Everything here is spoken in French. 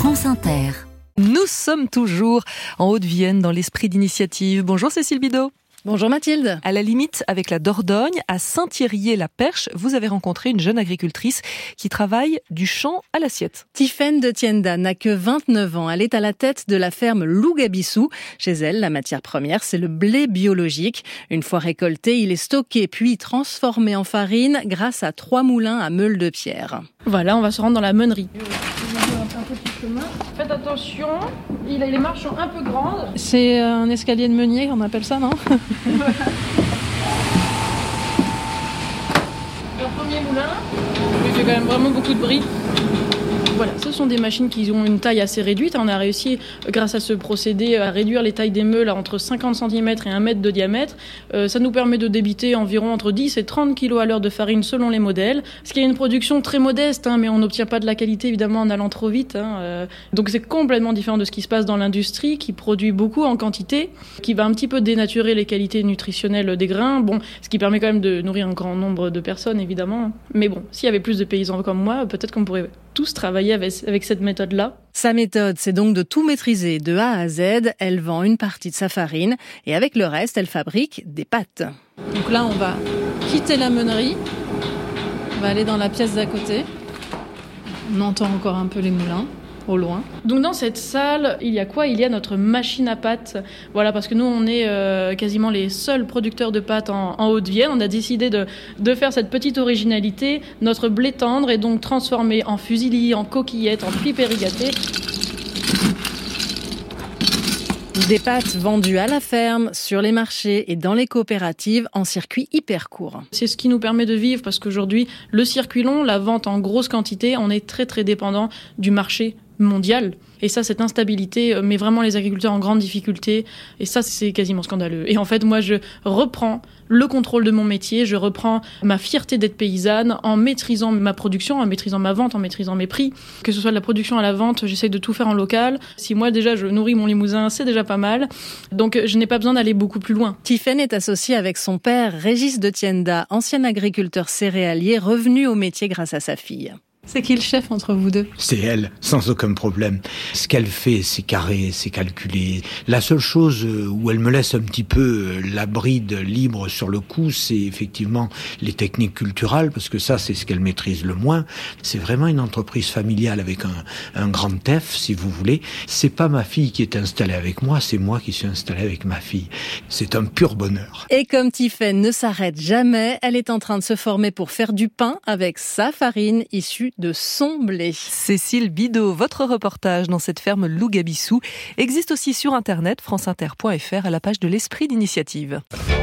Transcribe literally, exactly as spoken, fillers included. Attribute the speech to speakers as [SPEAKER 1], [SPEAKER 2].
[SPEAKER 1] France Inter.
[SPEAKER 2] Nous sommes toujours en Haute-Vienne dans l'esprit d'initiative. Bonjour Cécile Bidot.
[SPEAKER 3] Bonjour Mathilde.
[SPEAKER 2] À la limite avec la Dordogne, à Saint-Thierry-la-Perche, vous avez rencontré une jeune agricultrice qui travaille du champ à l'assiette.
[SPEAKER 3] Tiffaine de Tienda n'a que vingt-neuf ans. Elle est à la tête de la ferme Lougabisso. Chez elle, la matière première, c'est le blé biologique. Une fois récolté, il est stocké puis transformé en farine grâce à trois moulins à meule de pierre.
[SPEAKER 4] Voilà, on va se rendre dans la meunerie. Faites attention, il a les marches sont un peu grandes.
[SPEAKER 3] C'est un escalier de meunier, on appelle ça, non?
[SPEAKER 4] Le premier moulin, il fait quand même vraiment beaucoup de bruit. Voilà, ce sont des machines qui ont une taille assez réduite. On a réussi, grâce à ce procédé, à réduire les tailles des meules à entre cinquante centimètres et un mètre de diamètre. Euh, ça nous permet de débiter environ entre dix et trente kilos à l'heure de farine selon les modèles. Ce qui est une production très modeste, hein, mais on n'obtient pas de la qualité évidemment en allant trop vite. Hein, euh. Donc c'est complètement différent de ce qui se passe dans l'industrie, qui produit beaucoup en quantité, qui va un petit peu dénaturer les qualités nutritionnelles des grains. Bon, ce qui permet quand même de nourrir un grand nombre de personnes évidemment. Mais bon, s'il y avait plus de paysans comme moi, peut-être qu'on pourrait tous travailler avec, avec cette méthode-là.
[SPEAKER 3] Sa méthode, c'est donc de tout maîtriser de A à Z. Elle vend une partie de sa farine et avec le reste, elle fabrique des pâtes.
[SPEAKER 5] Donc là, on va quitter la meunerie. On va aller dans la pièce d'à côté. On entend encore un peu les moulins au loin.
[SPEAKER 4] Donc dans cette salle, il y a quoi ? Il y a notre machine à pâtes. Voilà, parce que nous, on est euh, quasiment les seuls producteurs de pâtes en, en Haute-Vienne. On a décidé de, de faire cette petite originalité. Notre blé tendre est donc transformé en fusilli, en coquillettes, en pipes irrigatées.
[SPEAKER 3] Des pâtes vendues à la ferme, sur les marchés et dans les coopératives en circuit hyper court.
[SPEAKER 4] C'est ce qui nous permet de vivre parce qu'aujourd'hui, le circuit long, la vente en grosse quantité, on est très très dépendant du marché mondial. Et ça, cette instabilité met vraiment les agriculteurs en grande difficulté. Et ça, c'est quasiment scandaleux. Et en fait, moi, je reprends le contrôle de mon métier. Je reprends ma fierté d'être paysanne en maîtrisant ma production, en maîtrisant ma vente, en maîtrisant mes prix. Que ce soit de la production à la vente, j'essaye de tout faire en local. Si moi, déjà, je nourris mon Limousin, c'est déjà pas mal. Donc, je n'ai pas besoin d'aller beaucoup plus loin.
[SPEAKER 3] Tiffaine est associée avec son père, Régis de Tienda, ancien agriculteur céréalier, revenu au métier grâce à sa fille.
[SPEAKER 5] C'est qui le chef entre vous deux ?
[SPEAKER 6] C'est elle, sans aucun problème. Ce qu'elle fait, c'est carré, c'est calculé. La seule chose où elle me laisse un petit peu la bride libre sur le coup, c'est effectivement les techniques culturelles, parce que ça, c'est ce qu'elle maîtrise le moins. C'est vraiment une entreprise familiale avec un, un grand F, si vous voulez. C'est pas ma fille qui est installée avec moi, c'est moi qui suis installé avec ma fille. C'est un pur bonheur.
[SPEAKER 3] Et comme Tiffaine ne s'arrête jamais, elle est en train de se former pour faire du pain avec sa farine issue de son blé.
[SPEAKER 2] Cécile Bidot, votre reportage dans cette ferme Lougabisso existe aussi sur internet, franceinter point f r, à la page de l'esprit d'initiative.